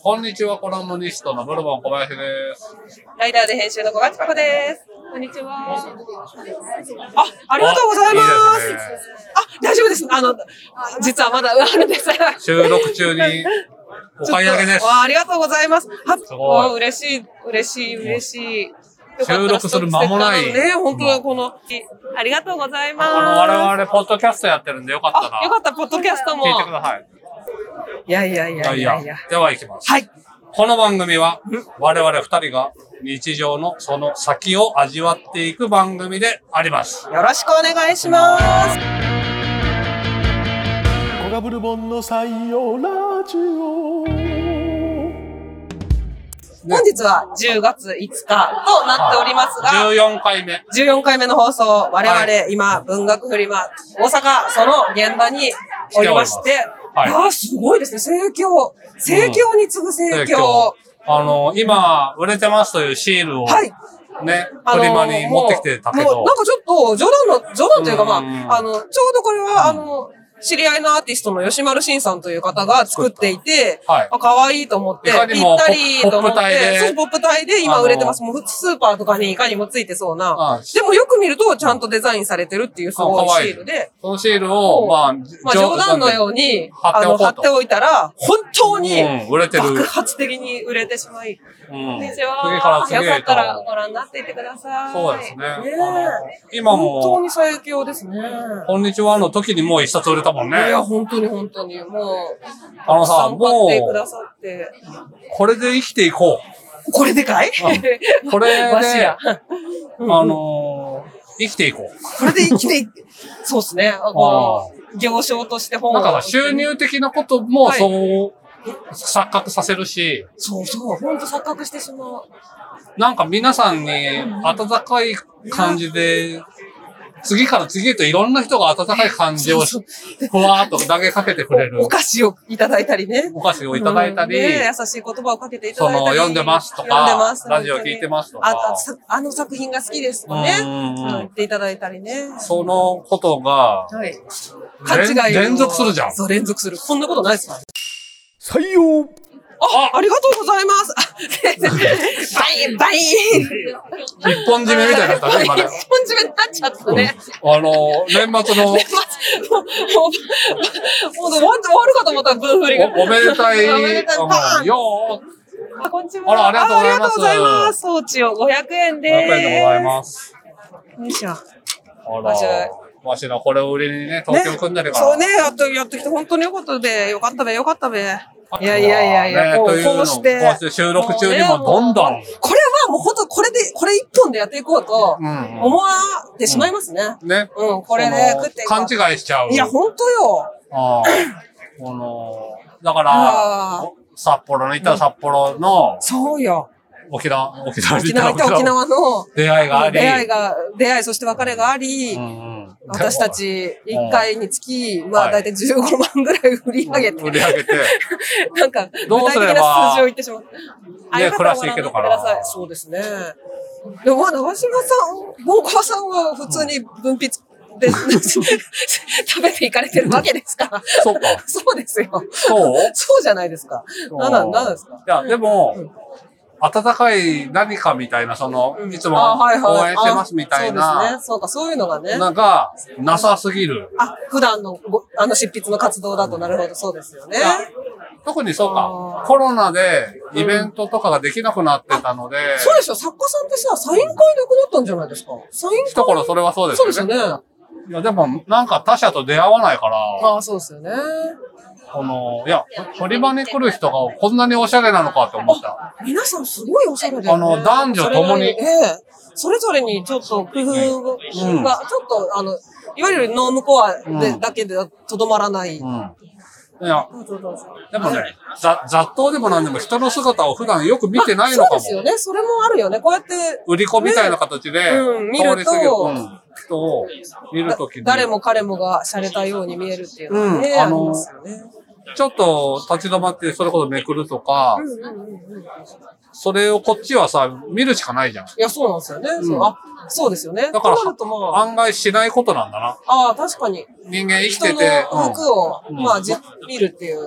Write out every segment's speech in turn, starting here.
こんにちは、コラムニストのブルボン小林です。 ライダーで編集の小松加子です。こんにちは。ありがとうございます。いいですね、大丈夫です。実はまだあるんです。 収録中にお買い上げです。 ありがとうございます。 すごい。 嬉しい。 収録する間もない。 ね、本当はこの、ありがとうございます。 我々、ポッドキャストやってるんでよかったな。 よかった、ポッドキャストも。 聞いてください。 いや。 では行きます。 はい。 この番組は、我々二人が日常のその先を味わっていく番組であります。 よろしくお願いします。 コガブルボンの採用ラジオ。 本日は10月5日となっておりますが、 14回目。 14回目の放送、我々、今、文学フリマ、大阪、その現場におりまして、すごいですね、盛況に次ぐ盛況。 今、売れてますというシールを、ね、フリマに持ってきてたけど。 なんかちょっと、冗談というか、ちょうどこれは、知り合いのアーティストの吉丸慎さんという方が作っていて、可愛いと思って、ぴったりと思って、ポップ体で今売れてます。もうスーパーとかにいかにもついてそうな。でもよく見るとちゃんとデザインされてるっていうすごいシールで。 そのシールを、 冗談のように貼っておいたら、本当に爆発的に売れてしまい。こんにちは。よかったらご覧になっていてください。 そうですね。今も。 本当に盛況ですね。 こんにちはの時にもう一冊売れたもんね。 いや、本当に。もう、 さ、もう、 買ってくださって。 これで生きていこう。これでかい？ これで、生きていこう。 これで生きていく。そうですね。行商としてなんか収入的なこともそう、錯覚させるし。 そう、本当錯覚してしまう。 なんか皆さんに温かい感じで、次から次へといろんな人が温かい感じをふわーっと投げかけてくれる。 お菓子をいただいたりね。 お菓子をいただいたり。 優しい言葉をかけていただいたり。 読んでますとか、ラジオ聞いてますとか。 あの作品が好きですとね。言っていただいたりね。 そのことが、連続するじゃん。 そう、連続する。こんなことないですか？ 採用。 ありがとうございます。バイン一本締めみたいになったね、今ね。 一本締めになっちゃったね。 年末の。 もう終わるかと思ったら、分振りが。 おめでたい。よー。こんにちは。 ありがとうございます。 装置を500円で 500円でございます。 よいしょ。 わしらこれを売りにね、東京組んでるから。 そうね、やってきて本当によかったべ。いや、こうして収録中にもどんどん。 これはもう本当これ一本でやっていこうと思わってしまいますね。 ね。 これで食っていこう。 勘違いしちゃう。 いや、本当よ。 だから、札幌に行ったら札幌の。 そうよ。 沖縄の出会いがあり。 出会い、そして別れがあり、私たち1回につき、だいたい15万ぐらい売り上げて。なんか、具体的な数字を言ってしまう。 暮らしていけるから。 そうですね。でも長嶋さん、大川さんは普通に分泌で食べていかれてるわけですから。 そうか。 そうですよ。 そうじゃないですか。何ですか？ いや、でも、温かい何かみたいな、いつも応援してますみたいな。 そうですね。そうか、そういうのがね。 なんか、なさすぎる。 普段の執筆の活動だとなるほど、そうですよね。 特にそうか、コロナでイベントとかができなくなってたので。 そうですよ、作家さんってさ、サイン会なくなったんじゃないですか？サイン会。 一頃それはそうですよね。 そうですよね。 いや、でも、なんか他者と出会わないから。 そうですよね。 フリマに来る人がこんなにおしゃれなのかって思った。 皆さんすごいおしゃれで、ね。 男女ともに。 それぞれにちょっと工夫が、ちょっと、いわゆるノームコアだけでとどまらない。 いや、でもね、雑踏でもなんでも人の姿を普段よく見てないのかも。 そうですよね。それもあるよね。こうやって。 売り子みたいな形で、 見ると、 人を見るときに。 誰も彼もが洒落たように見えるっていうのがね、ありますよね。 ちょっと立ち止まってそれこそめくるとか、それをこっちはさ、見るしかないじゃん。いや、そうなんですよね。そうですよね。 だから、案外しないことなんだな。 確かに。 人間生きてて。 人の服を、見るっていう。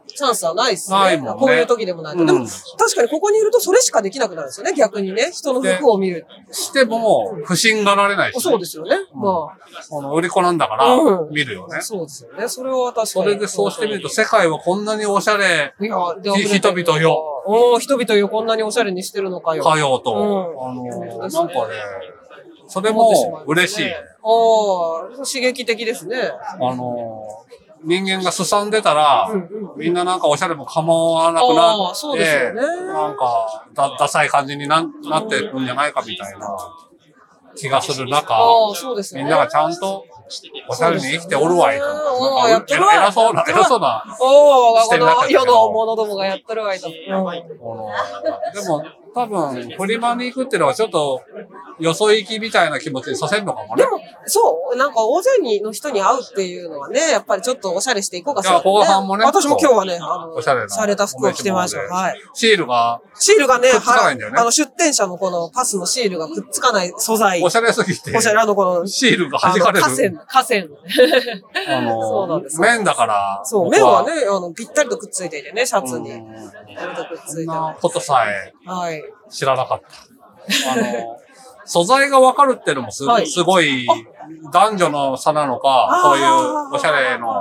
チャンスはないっすね。 ないもんね。 こういう時でもないと。でも、確かにここにいるとそれしかできなくなるんですよね。逆にね。人の服を見る。 しても、不審がられないし、ね。 そうですよね。まあ。売り子なんだから、見るよね。 そうですよね。それは確かに。 それでそうしてみると、世界はこんなにおしゃれ、人々よ。 人々よ、こんなにおしゃれにしてるのかよ。 かよと。なんかね、それも嬉しい。 刺激的ですね。 人間がすさんでたら、みんななんかおしゃれも構わなくなって、 そうですよね、 なんかダサい感じになってるんじゃないかみたいな気がする中、 そうですね、 みんながちゃんとおしゃれに生きておるわいと。偉そうな。 世の者どもがやってるわいと。でも、多分、フリマに行くっていうのはちょっと、よそ行きみたいな気持ちにさせるのかもね。 でも、そう、なんか大勢の人に会うっていうのはね、やっぱりちょっとおしゃれしていこうかしら、ね。 いや、小賀さんもね。 私も今日はね、 おしゃれた服を着てました。はい。 シールがね、 くっつかないんだよね。 出店者のこのパスのシールがくっつかない素材。 おしゃれすぎて。 おしゃれ、この、 シールが弾かれる。 河川。そうなんです。 綿だから。 そう、綿はね、ぴったりとくっついていてね、シャツに。ぴったりとくっついて。 そんなことさえ。 はい。 知らなかった。素材がわかるっていうのもすごい、男女の差なのか、そういうおしゃれの、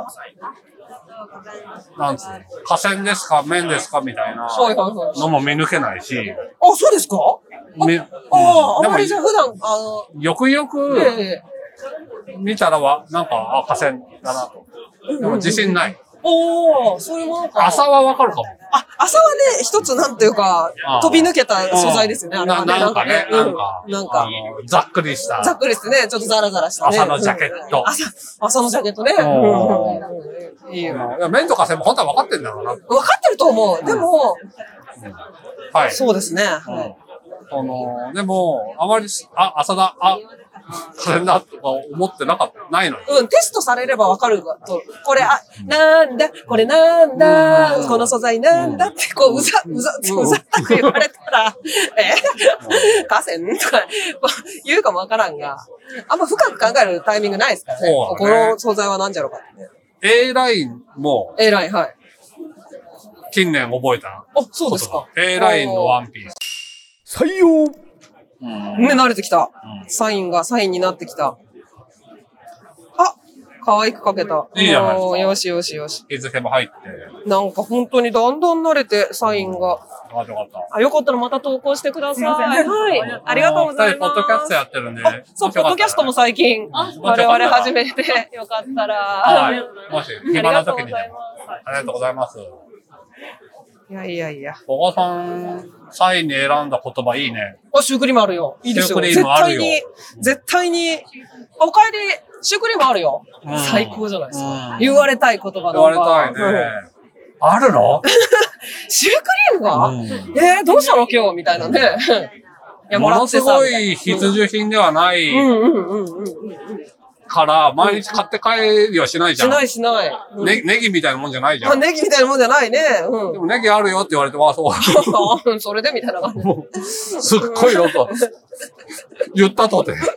なんつうの、河川ですか、綿ですかみたいなのも見抜けないし。 そうですか？あまりじゃあ普段、 よくよく見たらなんか、河川だなと。でも自信ない。 そういうものか。 朝はわかるかも。 朝はね、一つなんていうか、飛び抜けた素材ですよね。 なんかね、なんか、ざっくりした。 ざっくりしてね、ちょっとザラザラしたね。 朝のジャケット。 朝のジャケットね。 いいよ。綿とか線も本当は分かってんだろうな。 分かってると思う。でも、 はい。 そうですね。 でも、あまり、朝だ、カレンダーとか思ってないのよ。 テストされればわかると。これ、なんだ、これなんだ、この素材なんだって、こう、うざって言われたら、河川とか言うかもわからんが、あんま深く考えるタイミングないですからね。この素材は何じゃろうかってね。 A ラインも、 A ライン、はい。 近年覚えた。 そうですか。 A ラインのワンピース。 採用ね、慣れてきた。サインになってきた。可愛く描けた。 いいじゃないですか。 よしよしよし。 日付も入って。 なんか本当にだんだん慣れて、サインが。 よかった。 よかったらまた投稿してください。はい。ありがとうございます。 ポッドキャストやってるんで。 そう、ポッドキャストも最近、我々始めて、よかったら。 はい。もし、暇な時に。ありがとうございます。 いや。 小川さん、サインに選んだ言葉いいね。 シュークリームあるよ。いいですよ。絶対に、お帰り、シュークリームあるよ。最高じゃないですか。言われたい言葉だ。 言われたいね。あるの？ シュークリームが？どうしたの今日みたいなね。 ものすごい必需品ではない。から、毎日買って帰りはしないじゃん。 しない。 ネギみたいなもんじゃないじゃん。 ネギみたいなもんじゃないね。 でもネギあるよって言われて、そう。 それでみたいな感じ。 すっごいよと。言ったとてね。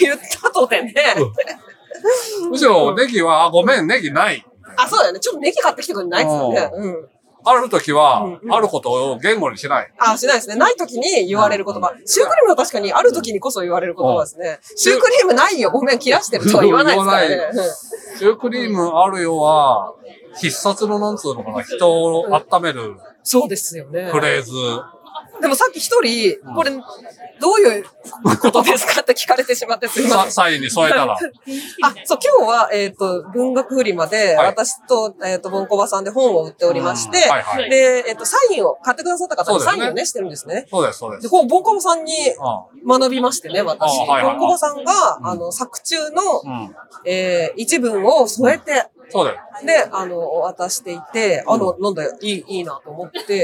むしろネギは、ごめん、ネギない。 そうだよね。ちょっとネギ買ってきてくれないっすよね。 あるときは、あることを言語にしない。 しないですね。ないときに言われる言葉。シュークリームは確かにあるときにこそ言われる言葉ですね。シュークリームないよ。ごめん、切らしてるとは言わないですからね。 シュークリームあるよは、必殺のなんつうのかな、人を温める。 そうですよね。 フレーズ。 でもさっき一人、これ、どういうことですかって聞かれてしまってすみません。 サインに添えたら。 そう、今日は、文学フリマで、私と、ボンコバさんで本を売っておりまして、で、サインを買ってくださった方にサインをね、してるんですね。 そうです。 で、ボンコバさんに学びましてね、私。ボンコバさんが、作中の、一文を添えて、 そうだよ。 で、渡していて、なんだよ、いいなと思って、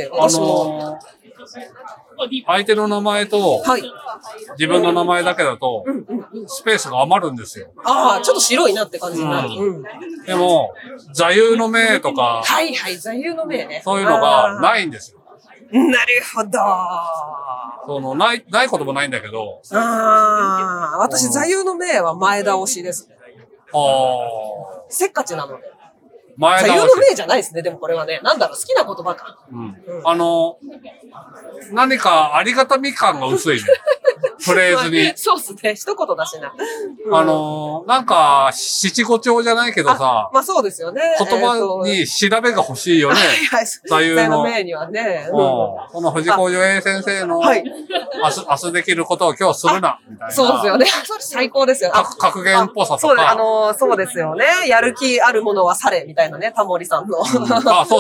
私も、 相手の名前と、自分の名前だけだと、スペースが余るんですよ。 ちょっと白いなって感じになる。 でも、座右の銘とか、 座右の銘ね。 そういうのがないんですよ。 なるほど。 ないこともないんだけど。 私、座右の銘は前倒しですね。せっかちなので。 前倒し。 座右の銘じゃないですね、でもこれはね。なんだろう、好きな言葉か。 何かありがたみ感が薄いね。フレーズに。 そうっすね、一言だしな。 なんか、七五調じゃないけどさ、 まあそうですよね。 言葉に調べが欲しいよね。 はい、座右の銘にはね。 この藤子 J 先生の、明日できることを今日するな、みたいな。 そうですよね。それ最高ですよ。 格言っぽさとか。 そうですよね。やる気あるものはされ、みたいなね、タモリさんの。 そう。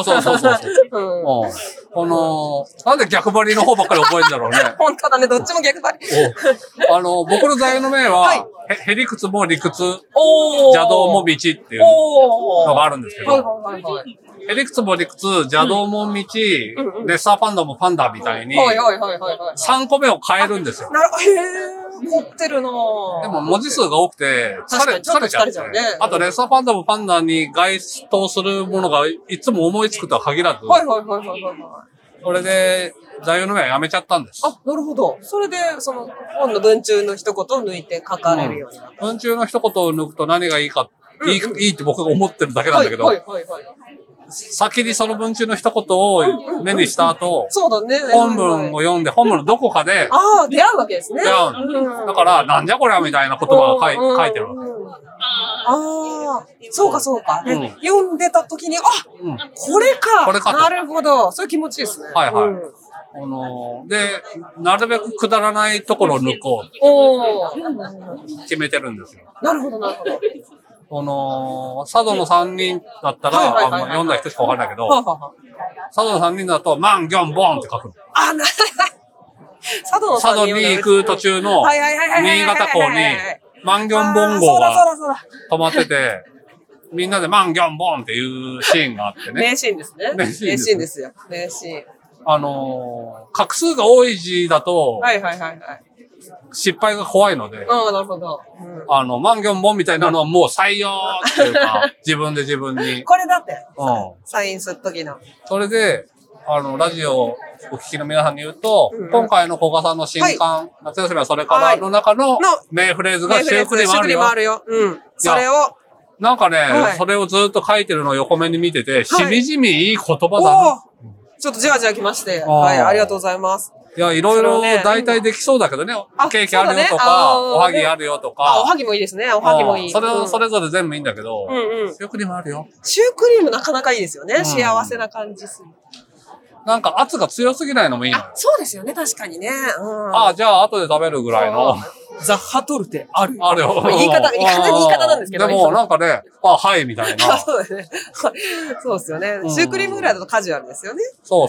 なんで逆張りの方ばっかり覚えるんだろうね。 本当だね、どっちも逆張り。 僕の座右の銘は、へりくつも理屈、邪道も道っていうのがあるんですけど、へりくつも理屈、邪道も道、レッサーパンダもパンダみたいに、3個目を変えるんですよ。 持ってるなぁ。 でも文字数が多くて、疲れちゃって。あと、レッサーパンダもパンダに該当するものがいつも思いつくとは限らず、それで、座右の銘はやめちゃったんです。 なるほど。それで、本の文中の一言を抜いて書かれるようになった。 文中の一言を抜くと何がいいか、いいって僕が思ってるだけなんだけど、先にその文中の一言を目にした後、本文を読んで、本文のどこかで、 出会うわけですね。 だから、なんじゃこりゃみたいな言葉が書いてるわけ。 そうか。読んでた時に、これか。なるほど。そういう気持ちいいですね。 で、なるべくくだらないところを抜こう。決めてるんですよ。 なるほど。 佐渡の3人だったら、読んだ人しかわかんないけど、佐渡の3人だと、マン、ギョン、ボンって書くの。佐渡に行く途中の、新潟港に、マンギョンボン号が止まってて、みんなでマンギョンボンっていうシーンがあってね。 名シーンですね。名シーンですよ。名シーン。 画数が多い字だと、失敗が怖いので、 なるほど。 マンギョンボンみたいなのはもう採用っていうか、自分に。 これだって、サインするときの。 それで、ラジオをお聞きの皆さんに言うと、今回の古賀さんの新刊、夏休みはそれからの中の名フレーズがシュークリームあるよ。 それを。 なんかね、それをずっと書いてるのを横目に見てて、しみじみいい言葉だな。 ちょっとじわじわ来まして。ありがとうございます。 いや、いろいろ大体できそうだけどね。ケーキあるよとか、おはぎあるよとか。 おはぎもいいですね。おはぎもいい。 それぞれ全部いいんだけど、シュークリームあるよ。 シュークリームなかなかいいですよね。幸せな感じする。 なんか圧が強すぎないのもいいのよ。 そうですよね、確かにね。 じゃあ後で食べるぐらいの。 ザッハトルテある。 あるよ。 言い方なんですけど。 でもなんかね、はいみたいな。 そうですね。そうですよね。シュークリームぐらいだとカジュアルですよね。 そう。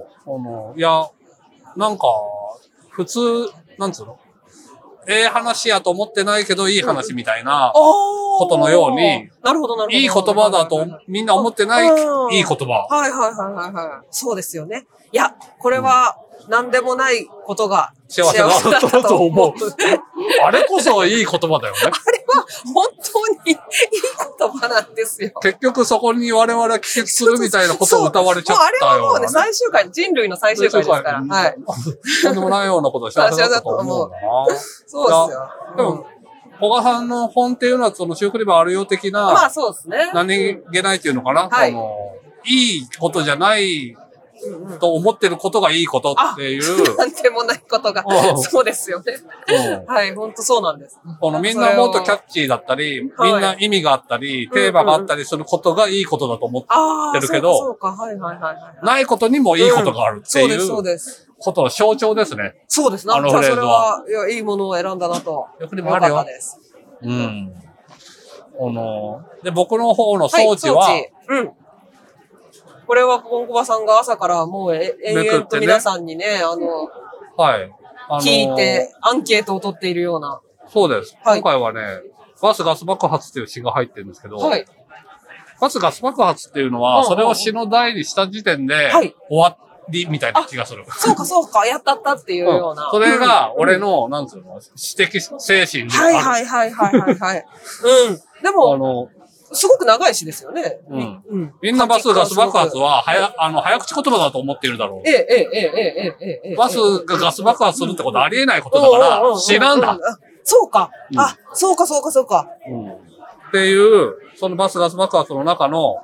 いや、なんか、普通、なんつうの？話やと思ってないけどいい話みたいなことのように、 なるほど。 いい言葉だとみんな思ってないいい言葉。 はい。そうですよね。いや、これは何でもないことが幸せだと思う。あれこそいい言葉だよね。 あれは本当にいい言葉なんですよ。 結局そこに我々は帰結するみたいなことを歌われちゃったよ。 あれはもうね、最終回、人類の最終回ですから。はい。 とんでもないようなことを幸せだと思うんだな。 そうですよ。 でも、古賀さんの本っていうのはそのシュークリームあるよ的な、 まあそうですね。 何気ないっていうのかな。いいことじゃないと思ってることがいいことっていう。 なんでもないことが。そうですよね。はい、本当そうなんです。 みんなもっとキャッチーだったり、みんな意味があったり、テーマがあったりすることがいいことだと思ってるけど、 そうか、 ないことにもいいことがあるっていうことの象徴ですね。 そうです。なんかそれは、いいものを選んだなと。 よくでもあるよ。で、僕の方の装置は、 これはコンコバさんが朝からもう延々と皆さんにね、聞いてアンケートを取っているような。 そうです。今回はね、ガス爆発っていう詩が入ってるんですけど、ガス爆発っていうのは、それを詩の題にした時点で終わりみたいな気がする。 そうか、やったっていうような。 それが俺の、なんつうの、詩的精神である。 はい。でも、すごく長い詩ですよね。 みんなガス爆発は、早口言葉だと思っているだろう。ガスがガス爆発するってことはありえないことだから、知らんだ。 そうか。そうか。 っていう、そのバスガス爆発の中の、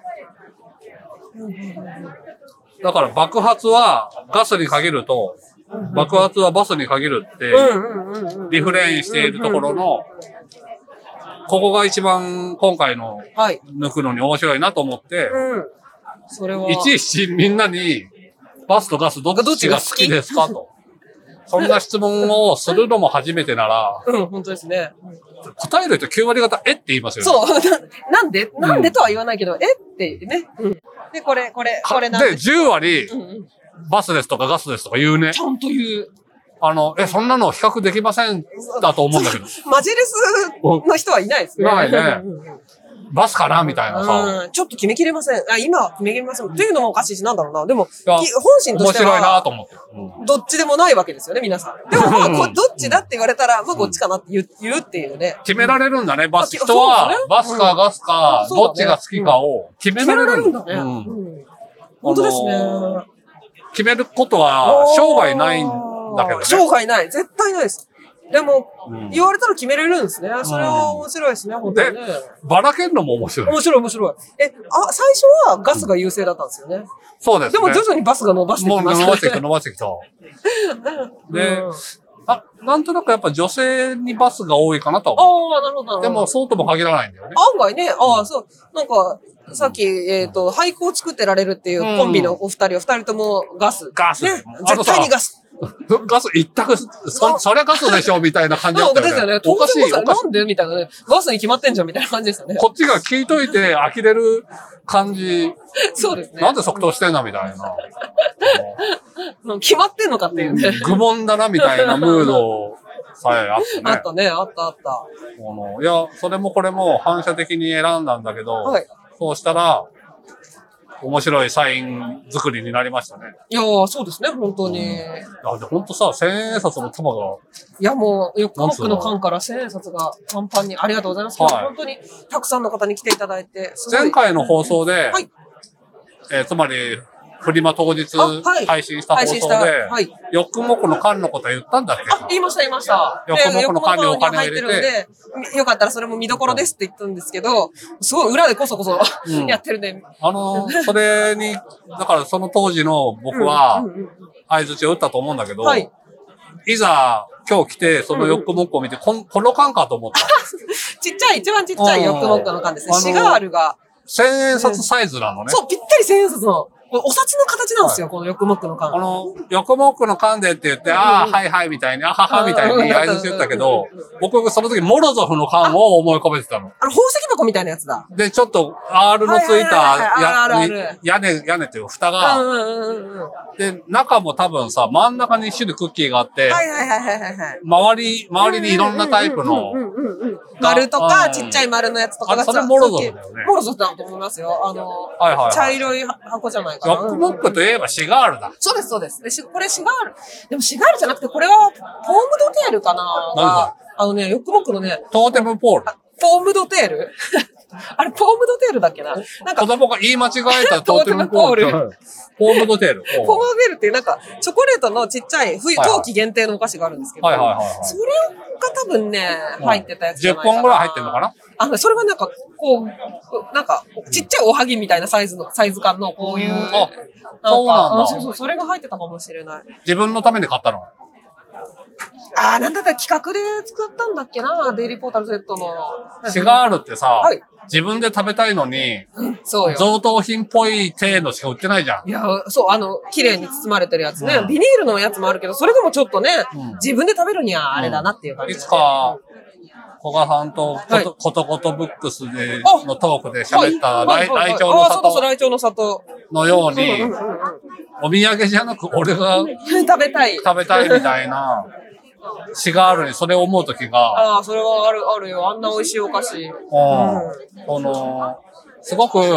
だから爆発はガスに限ると、爆発はバスに限るって、リフレインしているところの、ここが一番今回の抜くのに面白いなと思って、いちいちみんなに、バスとガスどっちが好きですかと。そんな質問をするのも初めてなら、 本当ですね。 答える人9割方、って言いますよね。 そう。なんでとは言わないけど、ってね。で、これなんで。 で、10割、バスですとかガスですとか言うね。 ちゃんと言う。 そんなの比較できませんだと思うんだけど。 マジレスの人はいないですね。 ないね。バスかなみたいなさ。 ちょっと決めきれません。今は決めきれません。っていうのもおかしいし、なんだろうな。でも、本心としては。 面白いなと思って。 どっちでもないわけですよね、皆さん。でも、どっちだって言われたら、こっちかなって言うっていうね。 決められるんだね、人は。バスかガスか、どっちが好きかを決められるんだね。 本当ですね。 決めることは生涯ないんだけどね。 生涯ない。絶対ないです。でも、言われたら決めれるんですね。それは面白いですね、本当にね。 ばらけるのも面白い。 面白い。最初はガスが優勢だったんですよね。 そうですね。 でも徐々にバスが伸ばしてきました。 伸ばしてきた。で、なんとなくやっぱ女性にバスが多いかなと思う。 なるほど。 でもそうとも限らないんだよね。 案外ね、そう。なんか、さっき、俳句を作ってられるっていうコンビのお二人ともガス。 ガス。 ね。絶対にガス。 ガス一択、そりゃガスでしょみたいな感じだったよね。 ですよね。 おかしい。 なんでみたいなね。ガスに決まってんじゃんみたいな感じですよね。 こっちが聞いといて呆れる感じ。 そうですね。 なんで即答してんだみたいな。 決まってんのかっていうね。 愚問だなみたいなムードさえあってね。 あったね、あった。 いや、それもこれも反射的に選んだんだけど、そうしたら、面白いサイン作りになりましたね。 いやそうですね、本当に。 本当さ、1000円札の束が。 いや、もう、ヨックモックの缶から1000円札がパンパンに、ありがとうございます。本当に、たくさんの方に来ていただいて。 前回の放送で、つまり、フリマ当日配信した放送で、ヨックモックの缶のこと言ったんだっけ？ 言いました。 ヨックモックの缶にお金を入れて。 よかったらそれも見どころですって言ったんですけど、すごい裏でこそやってるね。 それに、だからその当時の僕は、相槌を打ったと思うんだけど、いざ今日来て、そのヨックモックを見て、この缶かと思った。 一番ちっちゃいヨックモックの缶ですね。シガールが。 1000円札サイズなのね。 そう、ぴったり1000円札の。お札の形なんですよ、このヨックモックの缶。 ヨックモックの缶でって言って、はいみたいに、ははみたいに相槌言ったけど、僕その時モロゾフの缶を思い込めてたの。 宝石箱みたいなやつだ。 で、ちょっと R のついた屋根っていう蓋が、で、中も多分さ、真ん中に一種類クッキーがあって、周りにいろんなタイプの、 丸とか、ちっちゃい丸のやつとかがそれモロゾフだよね。 モロゾフだと思いますよ。茶色い箱じゃないかな。 ヨックモックといえばシガールだ。 そうです。これシガール。でもシガールじゃなくて、これは、ポームドテールかなヨックモックのね、 トーテムポール。 ポームドテールあれ、ポームドテールだっけな子供が言い間違えたトーテムポール。ポームドテール。 ポームドテールっていうチョコレートのちっちゃい冬季限定のお菓子があるんですけど、それが多分ね、入ってたやつじゃないかな。 10本ぐらい入ってんのかな？ それはちっちゃいおはぎみたいなサイズ感のこういう。 そうなんだ。 そう、それが入ってたかもしれない。 自分のために買ったの？ なんだったら企画で作ったんだっけな、デイリーポータル Z の。 シガールってさ、自分で食べたいのに、贈答品っぽい程度しか売ってないじゃん。 いや、そう、綺麗に包まれてるやつね。ビニールのやつもあるけど、それでもちょっとね、自分で食べるにはあれだなっていう感じ。 いつか、古賀さんとことことブックスでのトークで喋ったライチョウの里のように、お土産じゃなく俺が食べたいみたいなシガールにそれを思うときが。 それはあるよ。あんな美味しいお菓子。 すごく、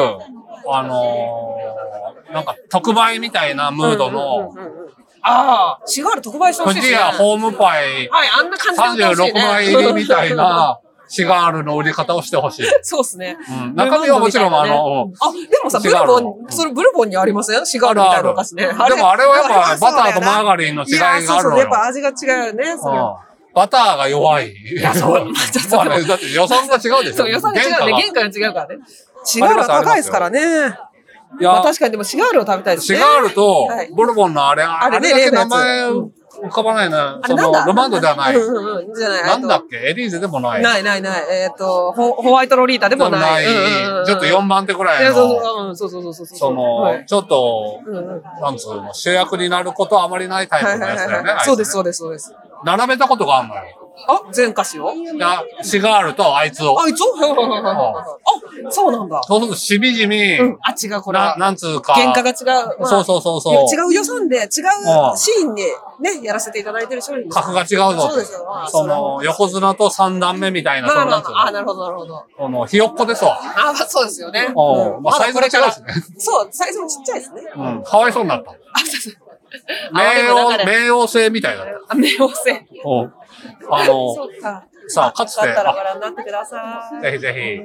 なんか特売みたいなムードの、 シガール特売してほしいですね。 富士屋ホームパイ、 あんな感じで 36枚入りみたいなシガールの売り方をしてほしい。 そうですね。 中身はもちろんでもさ、ブルボンにありません？シガールみたいなお菓子ね。 でもあれはやっぱバターとマーガリンの違いがあるのよ。 やっぱ味が違うよね。 バターが弱い。 いや、そう。 まあね、だって予算が違うでしょ。 そう、予算が違うね。原価が違うからね。シガールは高いですからね。いや、まあ確かにでもシガールを食べたいですね。 シガールと、ブルボンのあれだけ名前浮かばないな。その、ルマンドではない。 じゃない。 なんだっけエリーゼでもない。 ない。ホワイトロリータでもない。 ちょっと4番手くらいの。 そう。 その、ちょっと、なんつうの、主役になることはあまりないタイプのやつだよね。 そうです。 並べたことがあるのよ。 全歌詞を？ いや、シガールとあいつを。 あいつを？そうなんだ。 そうするとしみじみ。 違う、これは。 なんつうか。 原価が違う。 そう。 違う予算で、違うシーンでね、やらせていただいてる商品です。 格が違うぞ。そうですよ。その、横綱と三段目みたいな。 なるほど。 ひよっこですわ。 そうですよね。 まあ、サイズが違うしね。 そう、サイズもちっちゃいですね。 かわいそうになった。冥王星みたいだった。 冥王星。 さあ、かつて。 だったらご覧になってください。 ぜひ。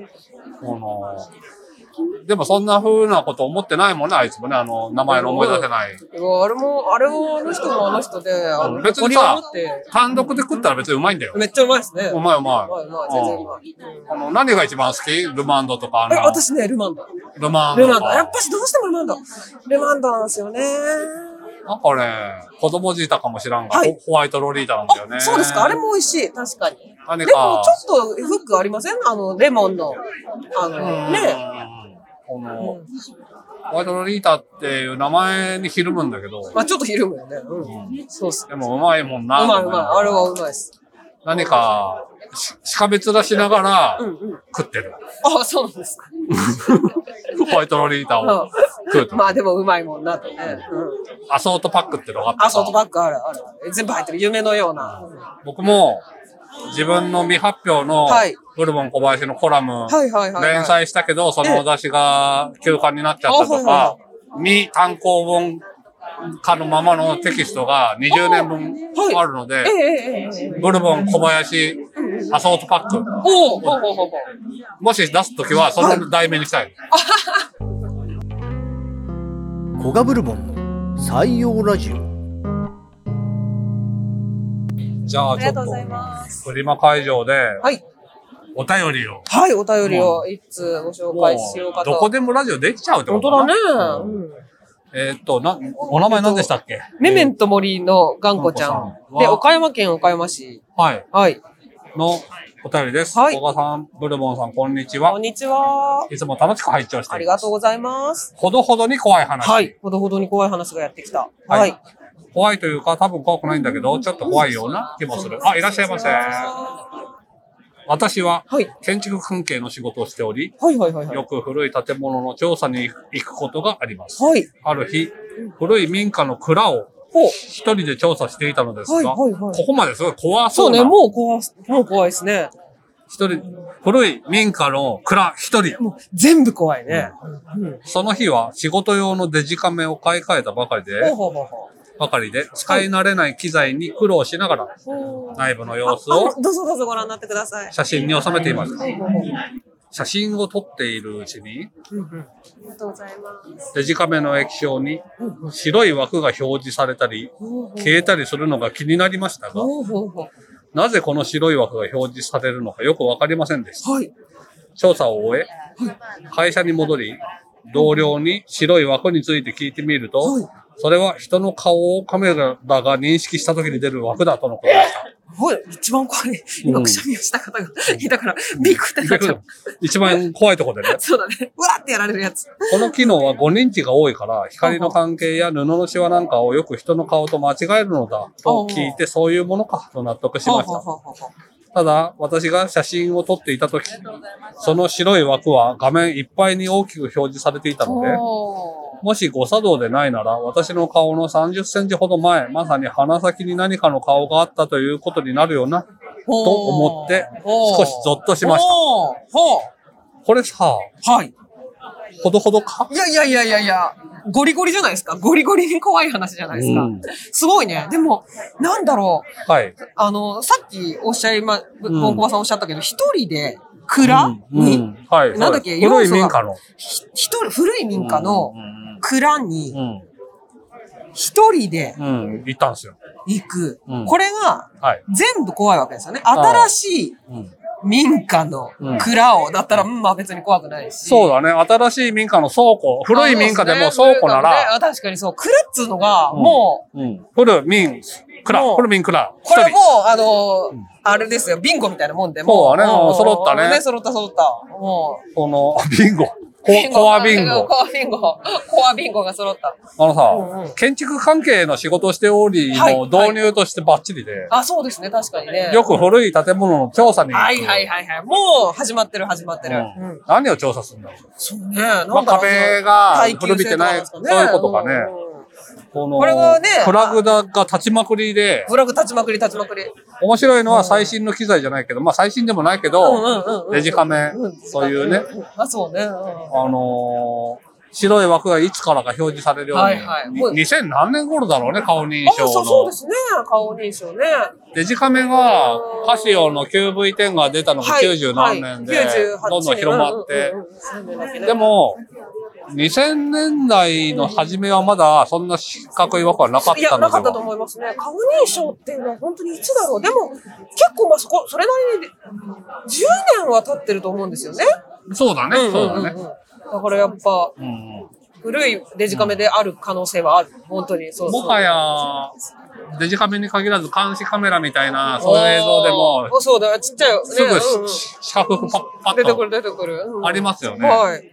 でもそんな風なこと思ってないもんね、あいつもね、名前の思い出せない。 あれも、あの人もあの人で、 別にさ、単独で食ったら別にうまいんだよ。 めっちゃうまいですね。 うまい。 全然うまい。 何が一番好き？ルマンドとか。 私ね、ルマンド。 ルマンド。 やっぱしどうしてもルマンドなんですよね。 なんかね、子供舌かもしらんが、ホワイトロリータなんだよね。 そうですか。あれも美味しい。確かに。でも、ちょっとフックありません？レモンの。ね。 ホワイトロリータっていう名前にひるむんだけど。 まあちょっとひるむよね。そうっす。 でもうまいもんな。 うまい。あれはうまいです。 何か、しかめ面しながら食ってる。 そうなんですか。 ホワイトロリータを食うと。 まあでもうまいもんなとね。 アソートパックってのがあって。 アソートパックある。全部入ってる。夢のような。 僕も自分の未発表のブルボン小林のコラム連載したけど、その出しが休刊になっちゃったとか、未単行本化のままのテキストが20年分あるので、ブルボン小林アソートパック。もし出すときはその題名にしたい。 コガブルボンの採用ラジオ。 じゃあちょっとフリマ会場でお便りを。 お便りをいつご紹介しようかと。 どこでもラジオできちゃうってことだね。 本当だね。 お名前何でしたっけ？ メメントモリの頑固ちゃん。で、岡山県岡山市。 のお便りです。小川さん、ブルボンさん、こんにちは。 こんにちは。 いつも楽しく拝聴しています。 ありがとうございます。 ほどほどに怖い話。 ほどほどに怖い話がやってきた。 怖いというか、多分怖くないんだけど、ちょっと怖いような気もする。いらっしゃいませ。私は、建築関係の仕事をしており、よく古い建物の調査に行くことがあります。ある日、古い民家の蔵を一人で調査していたのですが、ここまですごい怖そうな。 そうね、もう怖いですね。 古い民家の蔵一人。 もう全部怖いね。 その日は仕事用のデジカメを買い替えたばかりで、使い慣れない機材に苦労しながら、内部の様子をどうぞご覧になってください。 写真に収めていました。写真を撮っているうちに、 ありがとうございます。 デジカメの液晶に白い枠が表示されたり、消えたりするのが気になりましたが、なぜこの白い枠が表示されるのかよくわかりませんでした。調査を終え、会社に戻り、同僚に白い枠について聞いてみると、それは人の顔をカメラが認識した時に出る枠だとのことでした。 一番怖い。今くしゃみをした方がいたから、ビクってなっちゃう。 一番怖いところでね。 そうだね。うわーってやられるやつ。 この機能は誤認知が多いから、光の関係や布のシワなんかをよく人の顔と間違えるのだと聞いて、そういうものかと納得しました。ただ、私が写真を撮っていたとき、その白い枠は画面いっぱいに大きく表示されていたので、もし誤作動でないなら、私の顔の30センチほど前、まさに鼻先に何かの顔があったということになるよな、と思って、少しゾッとしました。これさ、ほどほどか？ いや、ゴリゴリじゃないですか。ゴリゴリに怖い話じゃないですか。すごいね。でも、なんだろう。さっきボンコバさんおっしゃったけど、一人で蔵に、なんだっけ、 古い民家の。 古い民家の蔵に、 一人で、 行ったんですよ。 行く。これが、全部怖いわけですよね。新しい民家の蔵を、だったら、まあ別に怖くないし。 そうだね。新しい民家の倉庫。古い民家でも倉庫なら。 確かにそう。蔵っつうのが、もう、 古民蔵。 これはもう、あれですよ。ビンゴみたいなもんで。 そうだね。揃ったね。 揃った。もう。この、ビンゴ。コアビンゴ。 コアビンゴが揃った。 建築関係の仕事をしており、もう導入としてバッチリで。 そうですね。確かにね。 よく古い建物の調査に。 はい。もう、始まってる。 何を調査するんだろう。 そうね。 壁が古びてない、そういうことかね。 これはね、 フラグが立ちまくりで。 フラグ立ちまくり。 面白いのは最新の機材じゃないけど、まあ最新でもないけど、デジカメ、そういうね。 そうね。 白い枠がいつからか表示されるように。2000何年頃だろうね、顔認証の。 そうですね、顔認証ね。 デジカメが、カシオの QV10 が出たのが90何年で、どんどん広まって。でも、2000年代の初めはまだそんな四角い枠はなかったのでは。 なかったと思いますね。顔認証っていうのは本当にいつだろう。でも、結構それなりに10年は経ってると思うんですよね。 そうだね。 だからやっぱ、古いデジカメである可能性はある。本当に。 もはや、デジカメに限らず監視カメラみたいな、そういう映像でも、 そうだ、ちっちゃいよ。 すぐ四角くパッと。 出てくる。 ありますよね。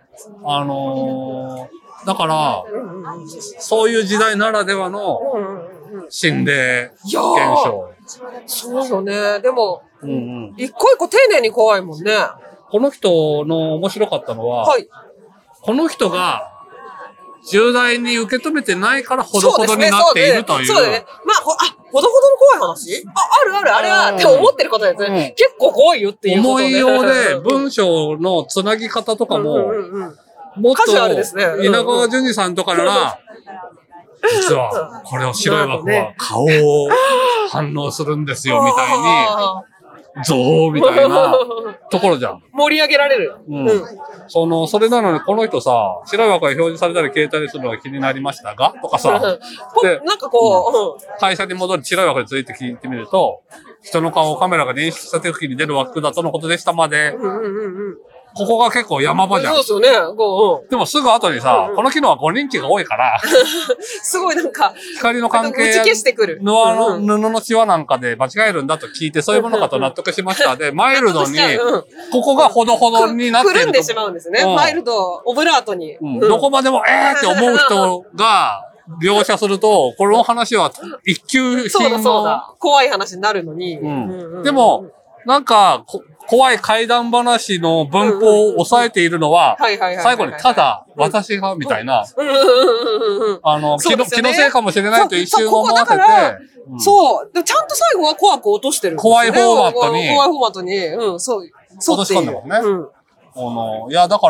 だから、そういう時代ならではの心霊現象。 そうよね。でも、一個一個丁寧に怖いもんね。 この人の面白かったのは、この人が重大に受け止めてないからほどほどになっているという。 そうだね。まあ、ほどほどの怖い話あれは、って思ってることですね。結構怖いよっていうことね。思いようで文章のつなぎ方とかも、もっと、稲川淳二さんとかなら、実は、これを白い枠は顔を反応するんですよ、みたいに、ゾーみたいなところじゃん。 盛り上げられる。 それなのに、この人さ、白い枠が表示されたり消えたりするのが気になりましたがとかさ、 で、なんかこう、会社に戻り白い枠について聞いてみると、人の顔をカメラが認識した時に出る枠だとのことでしたまで、ここが結構山場じゃん。 そうですよね。 でもすぐ後にさ、この機能は5人機が多いから、 すごいなんか、 光の関係、布のシワなんかで間違えるんだと聞いて、そういうものかと納得しましたで、マイルドに、ここがほどほどになってる。 くるんでしまうんですね。マイルド、オブラートに。 どこまでもって思う人が、描写すると、この話は一級品の。 そうだ。怖い話になるのに。 でも、なんか、怖い怪談話の文法を抑えているのは、最後にただ私がみたいな、気のせいかもしれないと一瞬思わせて、 そう。ちゃんと最後は怖く落としてる。 怖いフォーマットに。 怖いフォーマットに、そう。 落とし込んでますね。いや、だから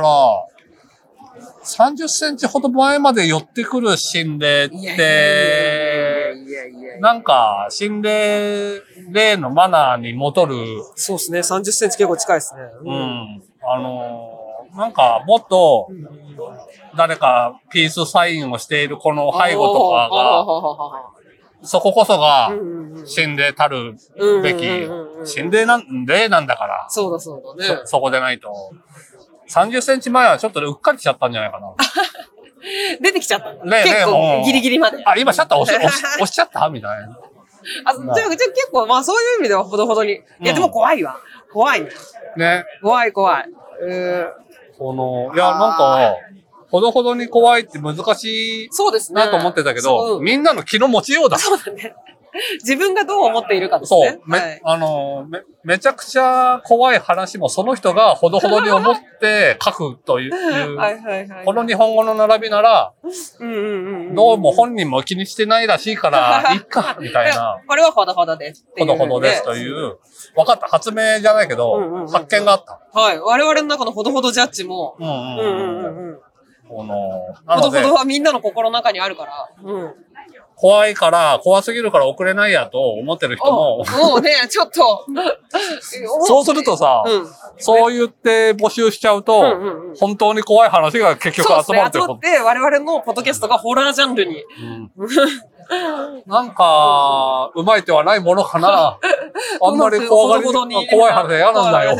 、30センチほど前まで寄ってくる心霊って、なんか、心霊のマナーに戻る。 そうですね。30センチ結構近いですね。 なんか、もっと、誰かピースサインをしているこの背後とかが、そここそが、心霊たるべき、心霊なんだから。 そうだね。 そこでないと。30センチ前はちょっとうっかりしちゃったんじゃないかな。 出てきちゃったんだ。結構ギリギリまで。 今シャッター押しちゃったみたいな。 じゃあ結構、まあそういう意味ではほどほどに。いやでも怖いわ。怖いね。 怖い。 いやなんか、ほどほどに怖いって難しいなと思ってたけど、みんなの気の持ちようだ。 そうだね。自分がどう思っているかですね。 そう。めちゃくちゃ怖い話もその人がほどほどに思って書くという、この日本語の並びなら、どうも本人も気にしてないらしいから、いっか、みたいな。 これはほどほどです。 ほどほどですという、分かった。発明じゃないけど、発見があった。 はい。我々の中のほどほどジャッジも、ほどほどはみんなの心の中にあるから、 怖いから、怖すぎるから送れないやと思ってる人も。 もうね、ちょっと。 そうするとさ、そう言って募集しちゃうと、本当に怖い話が結局集まるってこと。 そうですね、集まって我々のポッドキャストがホラージャンルに。 なんか、うまい手はないものかな。あんまり怖い話は嫌なんだよ。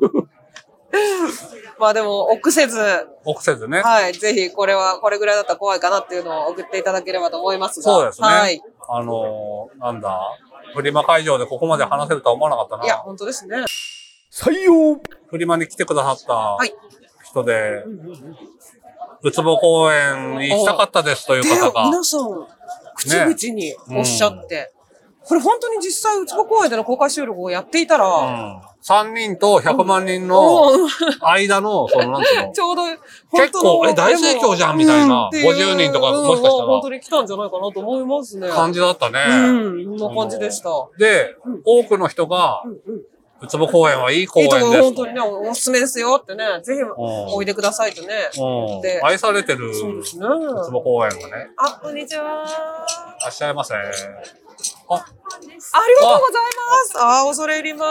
まあでも、臆せずね。 はい。ぜひ、これぐらいだったら怖いかなっていうのを送っていただければと思いますが。 そうですね。 はい。 なんだ、フリマ会場でここまで話せるとは思わなかったな。 いや、本当ですね。 採用フリマに来てくださった人で、ウツボ公園に行きたかったですという方が。 皆さん、口々におっしゃって。これ本当に実際、ウツボ公園での公開収録をやっていたら、 3人と100万人の間の、なんつうの。 ちょうど、 結構、大盛況じゃんみたいな。50人とか、もしかしたら。 本当に来たんじゃないかなと思いますね。 感じだったね。 そんな感じでした。 で、多くの人が、ウツボ公園はいい公園です。 本当にね、おすすめですよってね、ぜひおいでくださいとね。 で、愛されてるウツボ公園がね。 あ、こんにちは。 いらっしゃいませ。 ありがとうございます。恐れ入ります。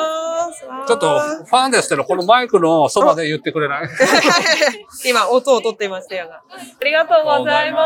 ちょっと、ファンですけど、このマイクのそばで言ってくれない今、音を取っていましたよが。ありがとうございます。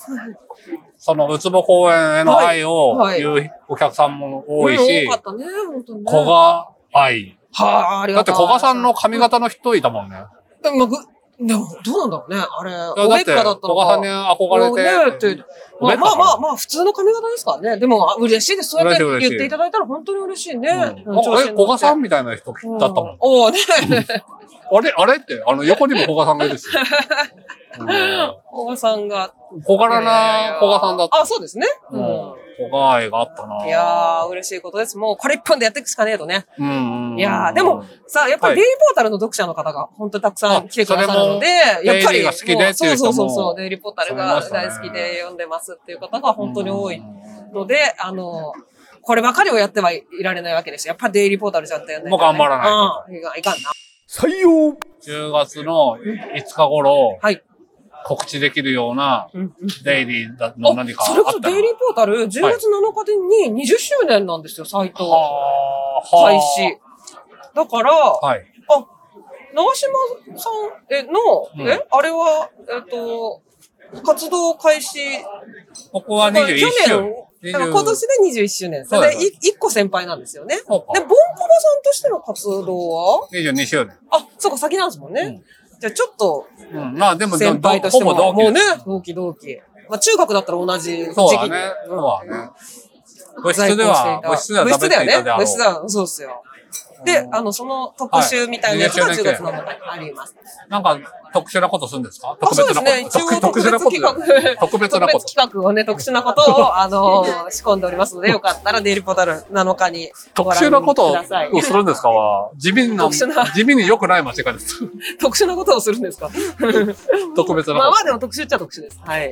その、ウツボ公園への愛を言うお客さんも多いし、 多かったね、本当に。 古賀愛。 ありがとう。 だって古賀さんの髪型の人いたもんね。 でも、どうなんだろうね。あれ、 おべっかだったのか。古賀さんに憧れて。 まあ、普通の髪型ですからね。でも、嬉しいです。そうやって言っていただいたら本当に嬉しいね。 古賀さんみたいな人だったもん。 おね。 あれって、横にも古賀さんがいるし。 古賀さんが。 小柄な古賀さんだった。 あ、そうですね。 古賀愛があったな。 いやー、嬉しいことです。もう、これ一本でやっていくしかねえとね。いやー、でも、さ、やっぱりデイリーポータルの読者の方が本当にたくさん来てくださるので、やっぱり、そう、デイリーポータルが大好きで読んでますっていう方が本当に多いので、こればかりをやってはいられないわけですよ。やっぱりデイリーポータルちゃんとやんないと。 もう頑張らないと。いかんな。 採用 !10 月の5日頃、 はい。 告知できるようなデイリーの何かあった。 それこそデイリーポータル10月7日に20周年なんですよ、サイト。開始。だから、長島さんの、あれは、活動開始。 ここは21周年。 今年で21周年。それで1個先輩なんですよね。で、ボンコバさんとしての活動は ?22 周年。 あ、そうか、先なんですもんね。じゃあちょっと、 まあでも、 先輩としても、 もうね、同期。まあ中学だったら同じ時期に。 そうだね。部室では食べていたであろう。 部室では、そうですよ。で、その特集みたいなやつが10月7日にあります。 なんか、特殊なことするんですか？特別なこと。 そうですね。一応特別企画。 特別なこと。 特別企画をね、特殊なことを、仕込んでおりますので、よかったらデイリーポータル7日に特殊なことをするんですかは、地味に良くない間違いです。 特殊なことをするんですか？ 特別なこと。 まあでも特殊っちゃ特殊です。はい。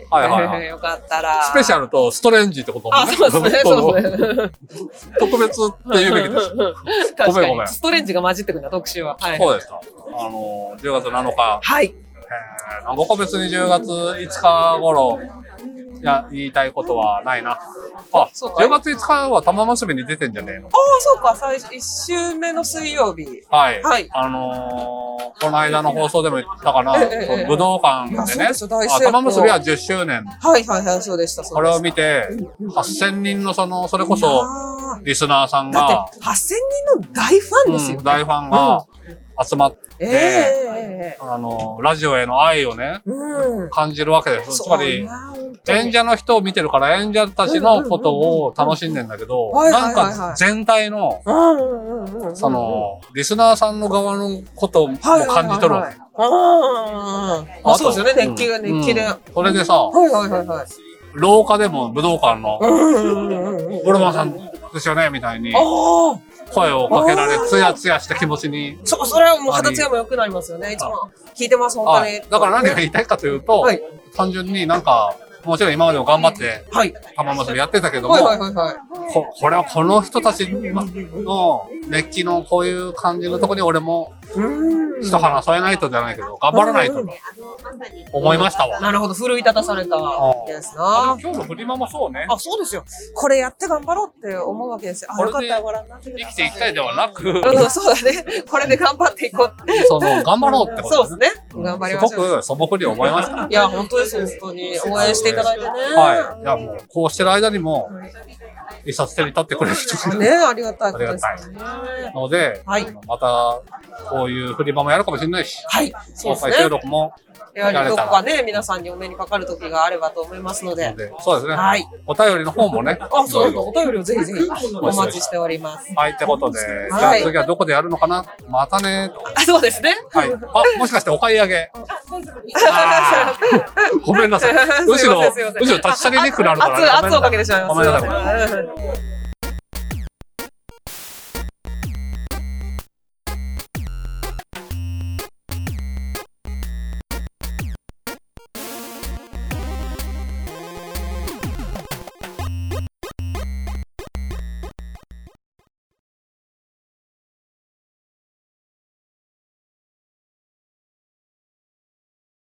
よかったら。 スペシャルとストレンジってこともね。 そうですね。 特別って言うべきです。ごめん。 ストレンジが混じってくるんだ、特集は。 そうですか。10月7日。 はい。 僕は別に10月5日頃、言いたいことはないな。あ、10月5日は玉結びに出てんじゃねえの？ そうか、1週目の水曜日。 はい。この間の放送でも言ったかな、武道館でね、玉結びは10周年。 はい、そうでした。 これを見て、8000人のそれこそ、リスナーさんが、 だって8000人の大ファンですよ。 大ファンが集まって、ラジオへの愛をね、感じるわけです。つまり、演者の人を見てるから演者たちのことを楽しんでんだけど、なんか全体の、リスナーさんの側のことを感じ取るわけ。 そうですよね、熱気で。 それでさ、廊下でも武道館の、ブルマンさんですよね、みたいに。声をかけられ、ツヤツヤした気持ちに。 それはもう肌ツヤも良くなりますよね。いつも聞いてます、本当に。 だから何が言いたいかというと、単純になんか、もちろん今までも頑張って、玉結びやってたけども、これはこの人たちの熱気のこういう感じのところに俺も一花添えないとじゃないけど、頑張らないと思いましたわ。 なるほど、奮い立たされたですな。 今日のフリマもそうね。 あ、そうですよ。これやって頑張ろうって思うわけですよ。あ、よかったらご覧になってください。 生きていきたいではなく、 そうだね。これで頑張っていこうって。 頑張ろうってことそうですね。頑張りましょう。 すごく素朴に思いました。 いや、本当です、本当に。応援していただいてね。 はい。いや、もう、こうしてる間にも、一冊手に取ってくれる人がね、ありがたいことですね。 ので、また、こういうフリマもやるかもしれないし、 はい。 公開収録もやはりどこかね、皆さんにお目にかかる時があればと思いますので。 そうですね。はい。お便りの方もね。 あ、そう、お便りをぜひぜひお待ちしております。 はい、ってことで、じゃあ次はどこでやるのかな、またね。 あ、そうですね。 はい。あ、もしかしてお買い上げ。ごめんなさい。むしろ立ち去りにくくなるから。 圧をかけてしまいます。ごめんなさい。